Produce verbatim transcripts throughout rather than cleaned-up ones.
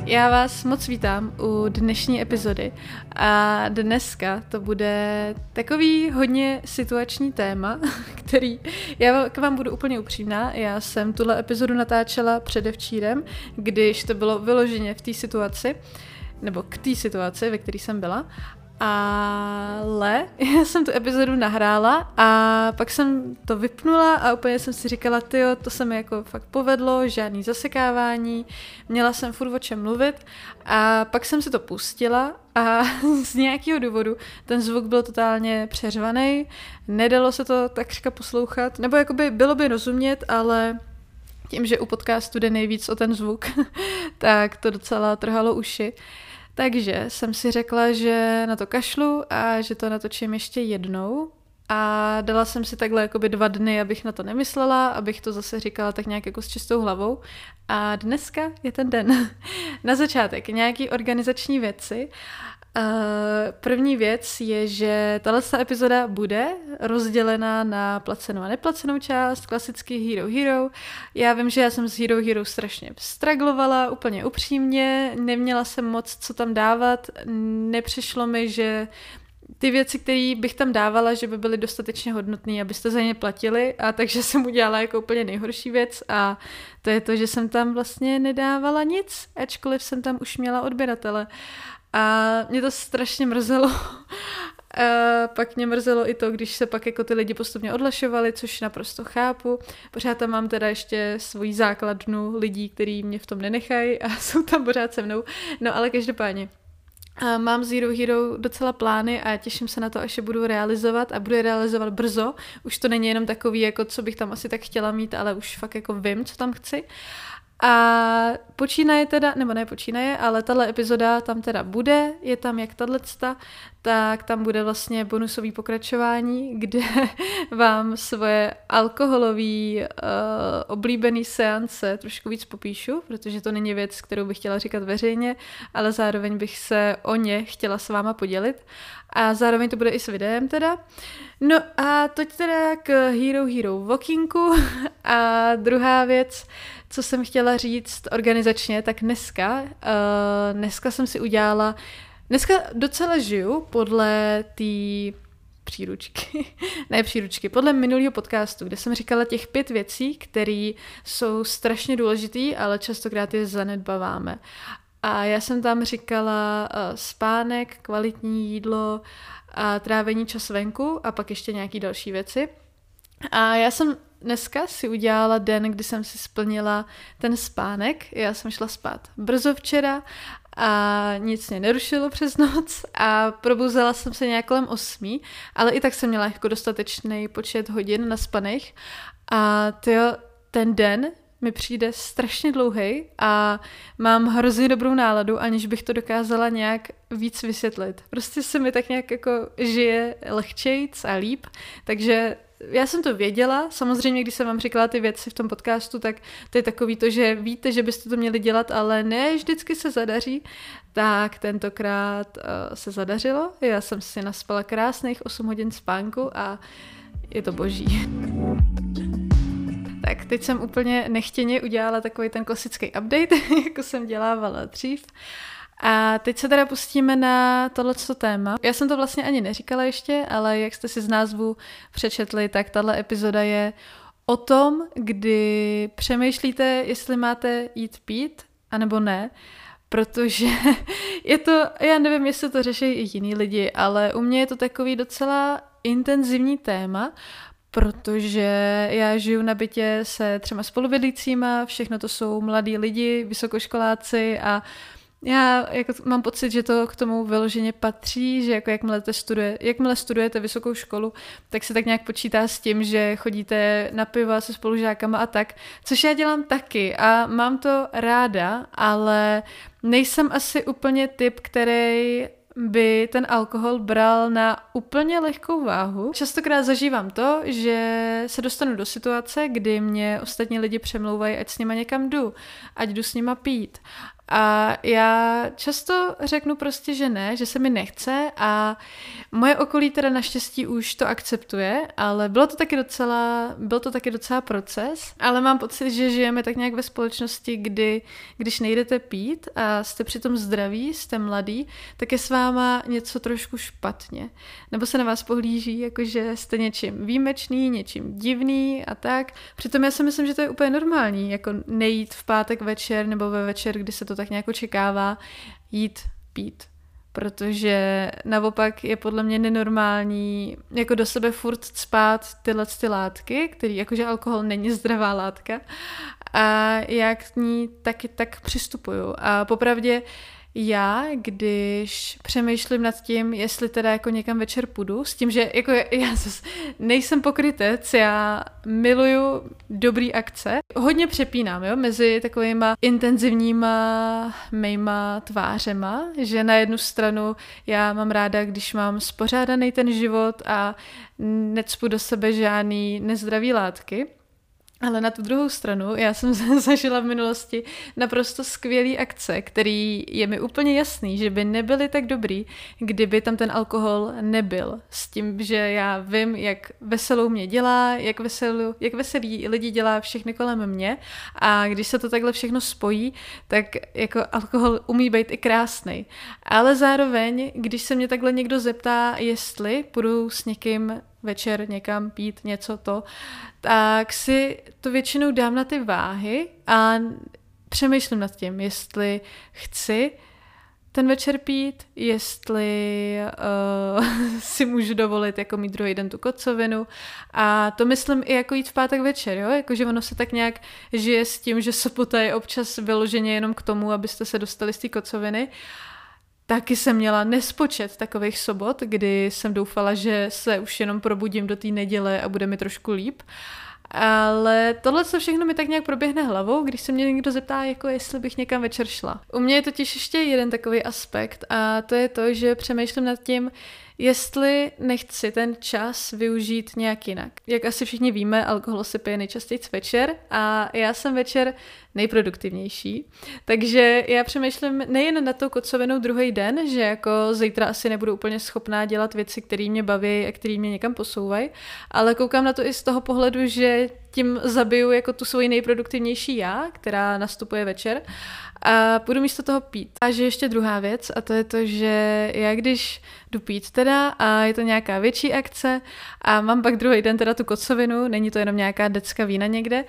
Já vás moc vítám u dnešní epizody a dneska to bude takový hodně situační téma, který, já k vám budu úplně upřímná, já jsem tuhle epizodu natáčela předevčírem, když to bylo vyloženě v té situaci, nebo k té situaci, ve které jsem byla. Ale já jsem tu epizodu nahrála a pak jsem to vypnula a úplně jsem si říkala, tyjo, to se mi jako fakt povedlo, žádný zasekávání, měla jsem furt o čem mluvit a pak jsem si to pustila a z nějakého důvodu ten zvuk byl totálně přeřvaný, nedalo se to takřka poslouchat, nebo jakoby bylo by rozumět, ale tím, že u podcastu jde nejvíc o ten zvuk, tak to docela trhalo uši. Takže jsem si řekla, že na to kašlu a že to natočím ještě jednou a dala jsem si takhle jakoby dva dny, abych na to nemyslela, abych to zase říkala tak nějak jako s čistou hlavou a dneska je ten den. Na začátek nějaký organizační věci. První věc je, že tato epizoda bude rozdělená na placenou a neplacenou část, klasický Hero Hero. Já vím, že já jsem s Hero Hero strašně straglovala, úplně upřímně, neměla jsem moc co tam dávat, nepřišlo mi, že ty věci, které bych tam dávala, že by byly dostatečně hodnotné, abyste za ně platili, a takže jsem udělala jako úplně nejhorší věc a to je to, že jsem tam vlastně nedávala nic, ačkoliv jsem tam už měla odběratele. A mě to strašně mrzelo. A pak mě mrzelo i to, když se pak jako ty lidi postupně odlašovali, což naprosto chápu. Pořád tam mám teda ještě svoji základnu lidí, kteří mě v tom nenechají a jsou tam pořád se mnou. No ale každopádně. A mám z Hero Hero docela plány a těším se na to, až je budu realizovat a budu je realizovat brzo. Už to není jenom takový, jako co bych tam asi tak chtěla mít, ale už fakt jako vím, co tam chci. A počínaje teda, nebo ne počínaje, ale tahle epizoda tam teda bude, je tam jak tato, tak tam bude vlastně bonusový pokračování, kde vám svoje alkoholový uh, oblíbený seance trošku víc popíšu, protože to není věc, kterou bych chtěla říkat veřejně, ale zároveň bych se o ně chtěla s váma podělit. A zároveň to bude i s videem teda. No a teď teda k Hero Hero Walkingu a druhá věc, co jsem chtěla říct organizačně, tak dneska, uh, dneska jsem si udělala, dneska docela žiju podle té příručky, ne příručky, podle minulého podcastu, kde jsem říkala těch pět věcí, které jsou strašně důležitý, ale častokrát je zanedbáváme. A já jsem tam říkala uh, spánek, kvalitní jídlo a trávení čas venku a pak ještě nějaký další věci. A já jsem dneska si udělala den, kdy jsem si splnila ten spánek. Já jsem šla spát brzo včera a nic mě nerušilo přes noc a probuzela jsem se nějak kolem osmi, ale i tak jsem měla jako dostatečný počet hodin naspaných a tyjo, ten den mi přijde strašně dlouhej a mám hrozně dobrou náladu, aniž bych to dokázala nějak víc vysvětlit. Prostě se mi tak nějak jako žije lehčejc a líp, takže já jsem to věděla, samozřejmě, když jsem vám říkala ty věci v tom podcastu, tak to je takový to, že víte, že byste to měli dělat, ale ne vždycky se zadaří, tak tentokrát uh, se zadařilo. Já jsem si naspala krásných osm hodin spánku a je to boží. Tak teď jsem úplně nechtěně udělala takový ten klasický update, jako jsem dělávala dřív. A teď se teda pustíme na tohleto téma. Já jsem to vlastně ani neříkala ještě, ale jak jste si z názvu přečetli, tak tahle epizoda je o tom, kdy přemýšlíte, jestli máte jít pít, anebo ne, protože je to, já nevím, jestli to řeší i jiní lidi, ale u mě je to takový docela intenzivní téma, protože já žiju na bytě se třema spolubydlícíma, všechno to jsou mladí lidi, vysokoškoláci a já jako mám pocit, že to k tomu vyloženě patří, že jako jakmile, studuje, jakmile studujete vysokou školu, tak se tak nějak počítá s tím, že chodíte na piva se spolužákama a tak, což já dělám taky a mám to ráda, ale nejsem asi úplně typ, který by ten alkohol bral na úplně lehkou váhu. Častokrát zažívám to, že se dostanu do situace, kdy mě ostatní lidi přemlouvají, ať s nima někam jdu, ať jdu s nima pít. A já často řeknu prostě, že ne, že se mi nechce a moje okolí teda naštěstí už to akceptuje, ale bylo to taky docela, byl to taky docela proces, ale mám pocit, že žijeme tak nějak ve společnosti, kdy, když nejdete pít a jste přitom zdraví, jste mladý, tak je s váma něco trošku špatně. Nebo se na vás pohlíží, jakože jste něčím výjimečný, něčím divný a tak. Přitom já si myslím, že to je úplně normální, jako nejít v pátek večer nebo ve večer, kdy se to tak nějak očekává, jít pít. Protože naopak je podle mě nenormální jako do sebe furt cpát tyhle ty látky, který jakože alkohol není zdravá látka a já k ní taky tak přistupuju. A popravdě já, když přemýšlím nad tím, jestli teda jako někam večer půjdu, s tím, že jako já zase nejsem pokrytec, já miluju dobrý akce. Hodně přepínám, jo, mezi takovýma intenzivníma mýma tvářema, že na jednu stranu já mám ráda, když mám spořádaný ten život a necpu do sebe žádný nezdravý látky. Ale na tu druhou stranu, já jsem zažila v minulosti naprosto skvělý akce, který je mi úplně jasný, že by nebyly tak dobrý, kdyby tam ten alkohol nebyl. S tím, že já vím, jak veselou mě dělá, jak, veselou, jak veselí lidi dělá všechny kolem mě a když se to takhle všechno spojí, tak jako alkohol umí být i krásnej. Ale zároveň, když se mě takhle někdo zeptá, jestli půjdu s někým večer někam pít něco to, tak si to většinou dám na ty váhy a přemýšlím nad tím, jestli chci ten večer pít, jestli uh, si můžu dovolit jako mít druhý den tu kocovinu a to myslím i jako jít v pátek večer, jo, jakože ono se tak nějak žije s tím, že sobota je občas vyloženě jenom k tomu, abyste se dostali z té kocoviny. Taky jsem měla nespočet takových sobot, kdy jsem doufala, že se už jenom probudím do té neděle a bude mi trošku líp. Ale tohle co všechno mi tak nějak proběhne hlavou, když se mě někdo zeptá, jako jestli bych někam večer šla. U mě je totiž ještě jeden takový aspekt a to je to, že přemýšlím nad tím, jestli nechci ten čas využít nějak jinak. Jak asi všichni víme, alkohol se pije nejčastěji večer a já jsem večer nejproduktivnější. Takže já přemýšlím nejen na tou kocovinou druhý den, že jako zítra asi nebudu úplně schopná dělat věci, které mě baví a které mě někam posouvají, ale koukám na to i z toho pohledu, že tím zabiju jako tu svoji nejproduktivnější já, která nastupuje večer a budu místo toho pít. A že ještě druhá věc a to je to, že já když jdu pít teda a je to nějaká větší akce a mám pak druhý den teda tu kocovinu, není to jenom nějaká decka vína někde,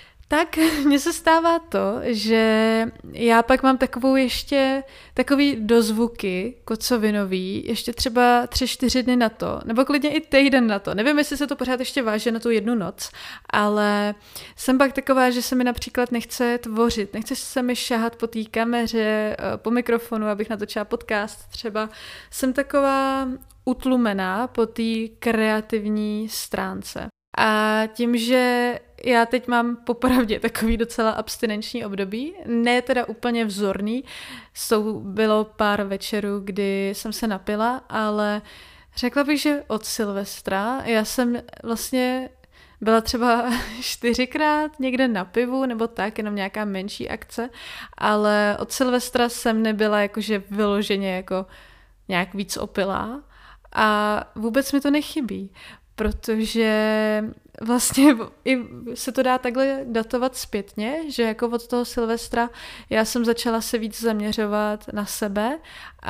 tak mně se stává to, že já pak mám takovou ještě, takový dozvuky kocovinový, ještě třeba tři, čtyři dny na to, nebo klidně i týden na to. Nevím, jestli se to pořád ještě váže na tu jednu noc, ale jsem pak taková, že se mi například nechce tvořit, nechce se mi šahat po té kameře, po mikrofonu, abych natočila podcast třeba. Jsem taková utlumená po té kreativní stránce. A tím, že já teď mám popravdě takový docela abstinenční období, ne teda úplně vzorný, jsou, bylo pár večerů, kdy jsem se napila, ale řekla bych, že od Silvestra já jsem vlastně byla třeba čtyřikrát někde na pivu, nebo tak, jenom nějaká menší akce, ale od Silvestra jsem nebyla jakože vyloženě jako nějak víc opilá a vůbec mi to nechybí. Protože vlastně i se to dá takhle datovat zpětně, že jako od toho Silvestra já jsem začala se víc zaměřovat na sebe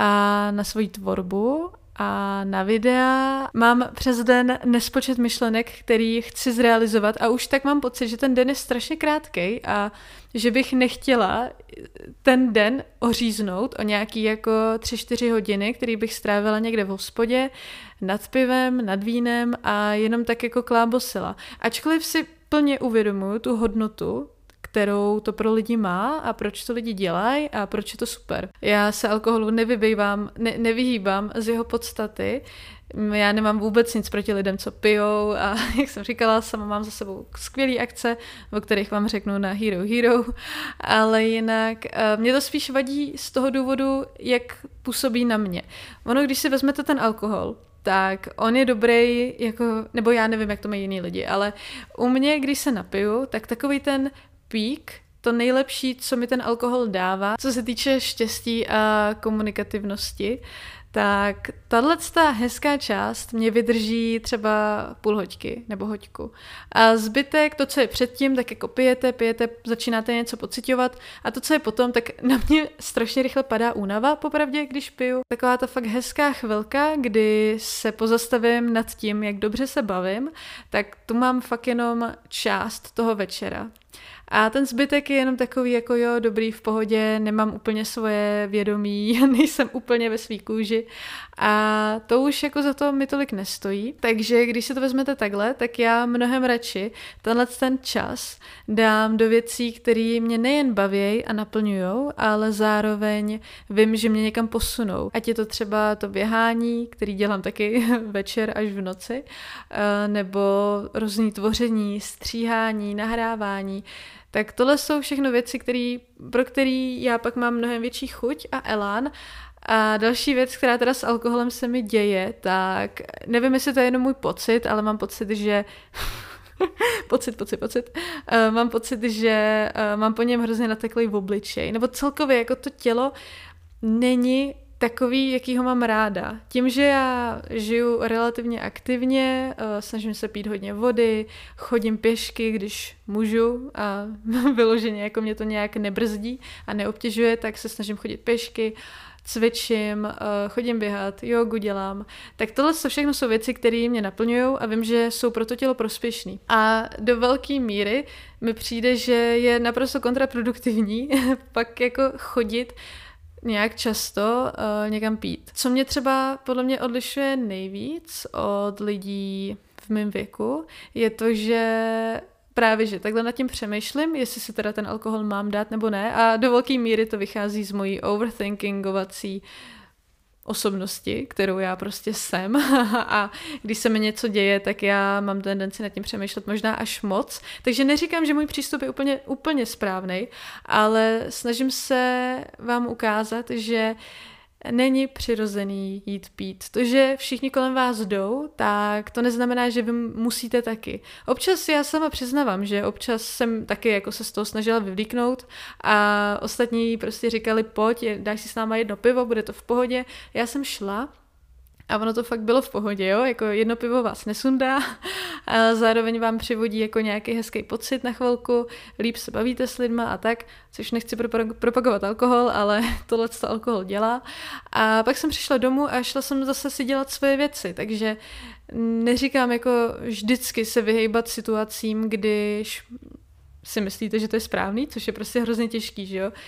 a na svoji tvorbu a na videa. Mám přes den nespočet myšlenek, který chci zrealizovat a už tak mám pocit, že ten den je strašně krátkej a že bych nechtěla ten den oříznout o nějaký jako tři čtyři hodiny, který bych strávila někde v hospodě, nad pivem, nad vínem a jenom tak jako klábosila. Ačkoliv si plně uvědomuju tu hodnotu, kterou to pro lidi má a proč to lidi dělají a proč je to super. Já se alkoholu nevybývám, ne, nevyhýbám z jeho podstaty. Já nemám vůbec nic proti lidem, co pijou a jak jsem říkala, sama mám za sebou skvělý akce, o kterých vám řeknu na Hero Hero, ale jinak mě to spíš vadí z toho důvodu, jak působí na mě. Ono, když si vezmete ten alkohol, tak on je dobrý, jako, nebo já nevím, jak to mají jiní lidi, ale u mě, když se napiju, tak takový ten pík to nejlepší, co mi ten alkohol dává, co se týče štěstí a komunikativnosti, tak tato hezká část mě vydrží třeba půl hoďky nebo hoďku. A zbytek, to, co je předtím, tak jako pijete, pijete, začínáte něco pociťovat a to, co je potom, tak na mě strašně rychle padá únava, popravdě, když piju. Taková ta fakt hezká chvilka, kdy se pozastavím nad tím, jak dobře se bavím, tak tu mám fakt jenom část toho večera. A ten zbytek je jenom takový jako jo, dobrý, v pohodě, nemám úplně svoje vědomí, nejsem úplně ve svý kůži a to už jako za to mi tolik nestojí. Takže když si to vezmete takhle, tak já mnohem radši tenhle ten čas dám do věcí, které mě nejen baví a naplňujou, ale zároveň vím, že mě někam posunou. Ať je to třeba to běhání, který dělám taky večer až v noci, nebo různý tvoření, stříhání, nahrávání. Tak tohle jsou všechno věci, který, pro které já pak mám mnohem větší chuť a elán. A další věc, která teda s alkoholem se mi děje, tak nevím, jestli to je jenom můj pocit, ale mám pocit, že... pocit, pocit, pocit. Uh, mám pocit, že uh, mám po něm hrozně nateklý v obličej. Nebo celkově jako to tělo není takový, jaký ho mám ráda. Tím, že já žiju relativně aktivně, snažím se pít hodně vody, chodím pěšky, když můžu a vyloženě jako mě to nějak nebrzdí a neobtěžuje, tak se snažím chodit pěšky, cvičím, chodím běhat, jogu dělám. Tak tohle všechno jsou věci, které mě naplňují a vím, že jsou pro to tělo prospěšný. A do velké míry mi přijde, že je naprosto kontraproduktivní pak jako chodit nějak často uh, někam pít. Co mě třeba podle mě odlišuje nejvíc od lidí v mém věku, je to, že právě, že takhle nad tím přemýšlím, jestli si teda ten alkohol mám dát nebo ne a do velké míry to vychází z mojí overthinkingovací osobnosti, kterou já prostě jsem a když se mi něco děje, tak já mám tendenci nad tím přemýšlet možná až moc. Takže neříkám, že můj přístup je úplně, úplně správnej, ale snažím se vám ukázat, že není přirozený jít pít. To, že všichni kolem vás jdou, tak to neznamená, že vy musíte taky. Občas já sama přiznávám, že občas jsem taky jako se z toho snažila vyvlíknout a ostatní prostě říkali, pojď, dáš si s náma jedno pivo, bude to v pohodě. Já jsem šla a ono to fakt bylo v pohodě, jo, jako jedno pivo vás nesundá a zároveň vám přivodí jako nějaký hezký pocit na chvilku, líp se bavíte s lidma a tak, což nechci propagovat alkohol, ale tohle to alkohol dělá. A pak jsem přišla domů a šla jsem zase si dělat svoje věci, takže neříkám jako vždycky se vyhejbat situacím, když si myslíte, že to je správný, což je prostě hrozně těžký, že jo,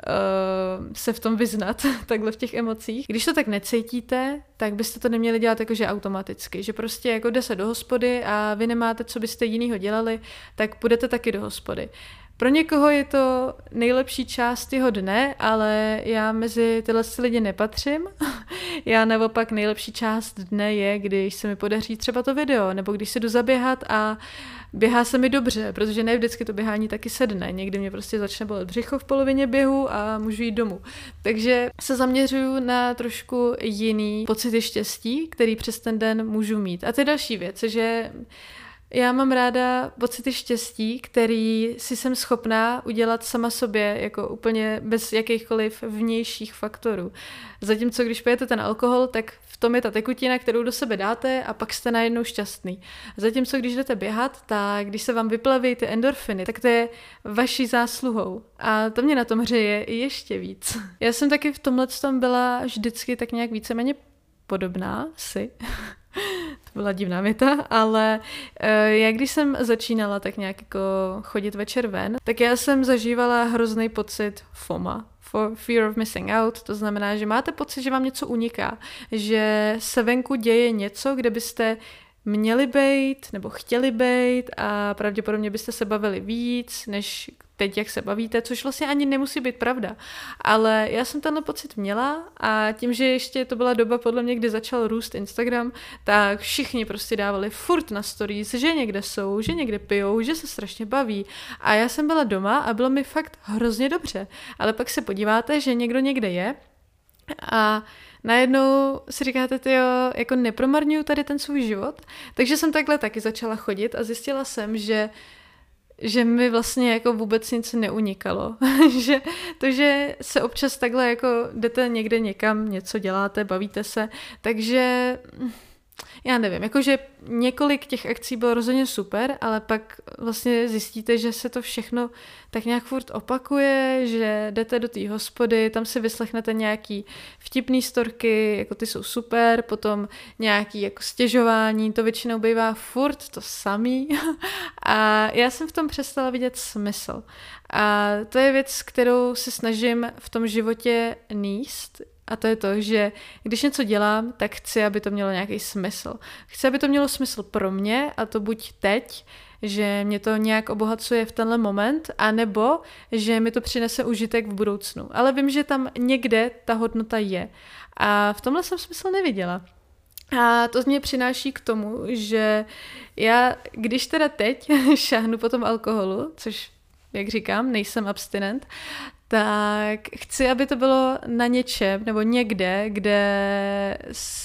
uh, se v tom vyznat, takhle v těch emocích. Když to tak necítíte, tak byste to neměli dělat jakože automaticky, že prostě jako jde se do hospody a vy nemáte, co byste jinýho dělali, tak půjdete taky do hospody. Pro někoho je to nejlepší část jeho dne, ale já mezi tyhle lidi nepatřím. Já naopak nejlepší část dne je, když se mi podaří třeba to video, nebo když se jdu zaběhat a běhá se mi dobře, protože ne vždycky to běhání taky sedne. Někdy mě prostě začne bolet břicho v polovině běhu a můžu jít domů. Takže se zaměřuju na trošku jiný pocity štěstí, který přes ten den můžu mít. A to je další věc, že já mám ráda pocity štěstí, který si jsem schopná udělat sama sobě, jako úplně bez jakýchkoliv vnějších faktorů. Zatímco když pijete ten alkohol, tak v tom je ta tekutina, kterou do sebe dáte a pak jste najednou šťastný. Zatímco když jdete běhat, tak když se vám vyplaví ty endorfiny, tak to je vaší zásluhou. A to mě na tom hřeje ještě víc. Já jsem taky v tomhle tom byla vždycky tak nějak víceméně podobná si. To byla divná věta, ale uh, já když jsem začínala tak nějak jako chodit večer ven, tak já jsem zažívala hrozný pocit FOMA, for fear of missing out, to znamená, že máte pocit, že vám něco uniká, že se venku děje něco, kde byste měli bejt nebo chtěli bejt a pravděpodobně byste se bavili víc, než teď, jak se bavíte, což vlastně ani nemusí být pravda. Ale já jsem tenhle pocit měla a tím, že ještě to byla doba podle mě, kdy začal růst Instagram, tak všichni prostě dávali furt na stories, že někde jsou, že někde pijou, že se strašně baví. A já jsem byla doma a bylo mi fakt hrozně dobře. Ale pak se podíváte, že někdo někde je a najednou si říkáte, tyjo, jako nepromarňuju tady ten svůj život. Takže jsem takhle taky začala chodit a zjistila jsem, že že mi vlastně jako vůbec nic neunikalo. Že to, že se občas takhle jako jdete někde někam, něco děláte, bavíte se, takže já nevím, jakože několik těch akcí bylo rozhodně super, ale pak vlastně zjistíte, že se to všechno tak nějak furt opakuje, že jdete do té hospody, tam si vyslechnete nějaký vtipný storky, jako ty jsou super, potom nějaký jako stěžování, to většinou bývá furt to samý a já jsem v tom přestala vidět smysl. A to je věc, kterou se snažím v tom životě nést. A to je to, že když něco dělám, tak chci, aby to mělo nějaký smysl. Chci, aby to mělo smysl pro mě, a to buď teď, že mě to nějak obohacuje v tenhle moment, anebo že mi to přinese užitek v budoucnu. Ale vím, že tam někde ta hodnota je. A v tomhle jsem smysl neviděla. A to mě přináší k tomu, že já, když teda teď šáhnu po tom alkoholu, což, jak říkám, nejsem abstinent, tak chci, aby to bylo na něčem, nebo někde, kde...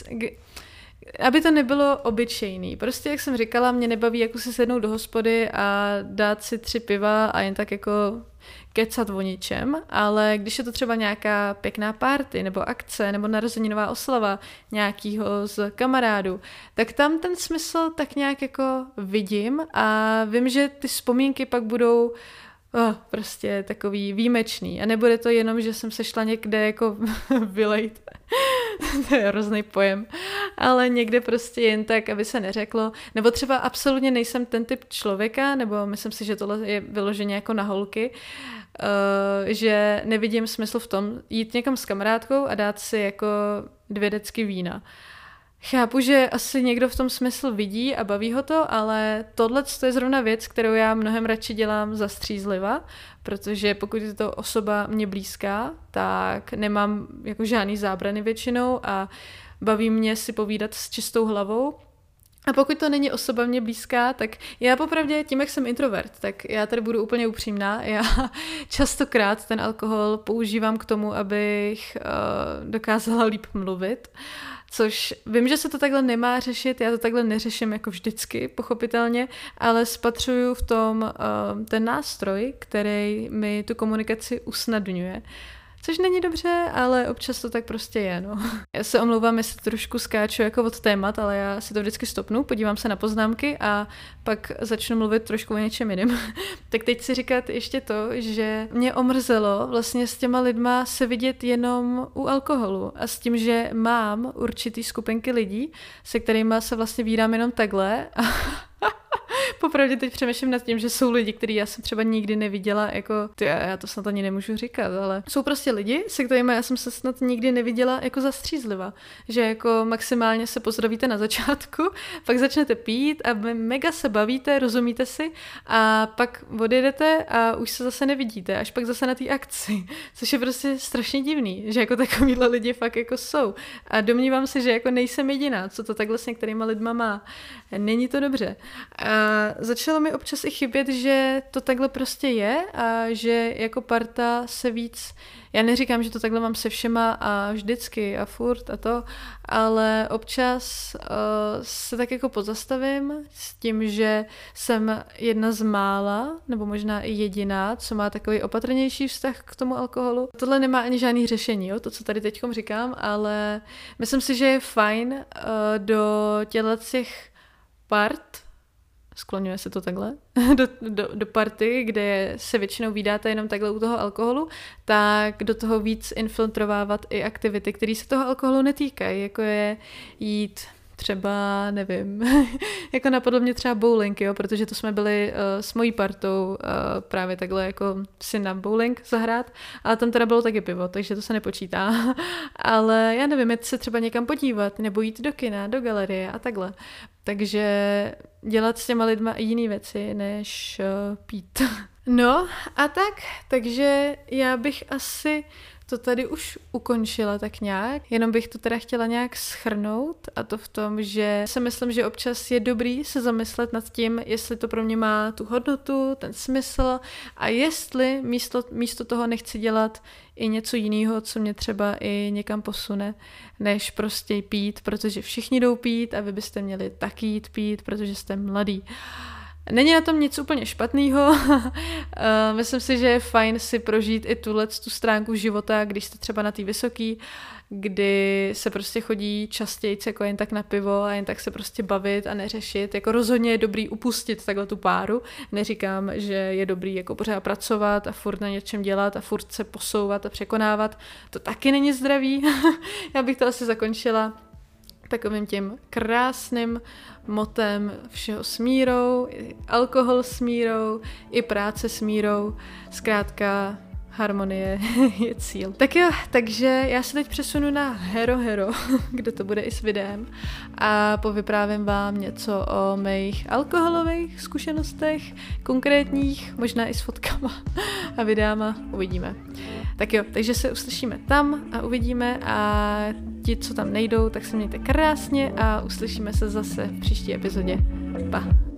Aby to nebylo obyčejný. Prostě, jak jsem říkala, mě nebaví jako si sednout do hospody a dát si tři piva a jen tak jako kecat o ničem, ale když je to třeba nějaká pěkná party, nebo akce, nebo narozeninová oslava nějakýho z kamarádů, tak tam ten smysl tak nějak jako vidím a vím, že ty vzpomínky pak budou Oh, prostě takový výjimečný. A nebude to jenom, že jsem se šla někde jako vylejt. To je hrozný pojem. Ale někde prostě jen tak, aby se neřeklo. Nebo třeba absolutně nejsem ten typ člověka, nebo myslím si, že tohle je vyloženě jako na holky, uh, že nevidím smysl v tom jít někam s kamarádkou a dát si jako dvě decky vína. Chápu, že asi někdo v tom smysl vidí a baví ho to, ale tohle je zrovna věc, kterou já mnohem radši dělám zastřízliva, protože pokud je to osoba mě blízká, tak nemám jako žádný zábrany většinou a baví mě si povídat s čistou hlavou. A pokud to není osoba mě blízká, tak já popravdě tím, jak jsem introvert, tak já tady budu úplně upřímná. Já častokrát ten alkohol používám k tomu, abych uh, dokázala líp mluvit, což vím, že se to takhle nemá řešit, já to takhle neřeším jako vždycky, pochopitelně, ale spatřuju v tom uh, ten nástroj, který mi tu komunikaci usnadňuje. Což není dobře, ale občas to tak prostě je, no. Já se omlouvám, jestli trošku skáču jako od témat, ale já si to vždycky stopnu, podívám se na poznámky a pak začnu mluvit trošku o něčem jiném. Tak teď si říkat ještě to, že mě omrzelo vlastně s těma lidma se vidět jenom u alkoholu a s tím, že mám určitý skupinky lidí, se kterými se vlastně vídám jenom takhle a popravdě teď přemýšlím nad tím, že jsou lidi, který já jsem třeba nikdy neviděla, jako, ty, já to snad ani nemůžu říkat, ale jsou prostě lidi, se kterými já jsem se snad nikdy neviděla jako zastřízliva. Že jako maximálně se pozdravíte na začátku, pak začnete pít a mega se bavíte, rozumíte si a pak odjedete a už se zase nevidíte, až pak zase na té akci, což je prostě strašně divný, že jako takovýhle lidi fakt jako jsou. A domnívám se, že jako nejsem jediná, co to takhle s některýma lidma má. Není to dobře. A začalo mi občas i chybět, že to takhle prostě je a že jako parta se víc, já neříkám, že to takhle mám se všema a vždycky a furt a to, ale občas uh, se tak jako pozastavím s tím, že jsem jedna z mála, nebo možná i jediná, co má takový opatrnější vztah k tomu alkoholu. Tohle nemá ani žádný řešení, jo, to, co tady teďkom říkám, ale myslím si, že je fajn uh, do těchto těch part, skloňuje se to takhle, do, do, do party, kde se většinou vídáte jenom takhle u toho alkoholu, tak do toho víc infiltrovávat i aktivity, které se toho alkoholu netýkají, jako je jít třeba, nevím, jako napadlo mě třeba bowling, jo, protože to jsme byli uh, s mojí partou uh, právě takhle jako si na bowling zahrát, ale tam teda bylo taky pivo, takže to se nepočítá. Ale já nevím, jít se třeba někam podívat, nebo jít do kina, do galerie a takhle. Takže dělat s těma lidma jiný věci, než uh, pít. No a tak, takže já bych asi to tady už ukončila tak nějak, jenom bych to teda chtěla nějak shrnout a to v tom, že si myslím, že občas je dobrý se zamyslet nad tím, jestli to pro mě má tu hodnotu, ten smysl a jestli místo, místo toho nechci dělat i něco jiného, co mě třeba i někam posune, než prostě pít, protože všichni jdou pít a vy byste měli taky jít pít, protože jste mladý. Není na tom nic úplně špatného. Myslím si, že je fajn si prožít i tuhle tu stránku života, když jste třeba na té vysoký, kdy se prostě chodí častěji jako jen tak na pivo a jen tak se prostě bavit a neřešit. Jako rozhodně je dobrý upustit takhle tu páru. Neříkám, že je dobrý jako pořád pracovat a furt na něčem dělat a furt se posouvat a překonávat. To taky není zdravý. Já bych to asi zakončila takovým tím krásným motem všeho s mírou, i alkohol s mírou, i práce s mírou, zkrátka harmonie je cíl. Tak jo, takže já se teď přesunu na Hero Hero, kde to bude i s videem a povyprávím vám něco o mých alkoholových zkušenostech, konkrétních, možná i s fotkama a videama, uvidíme. Tak jo, takže se uslyšíme tam a uvidíme a ti, co tam nejdou, tak se mějte krásně a uslyšíme se zase v příští epizodě. Pa!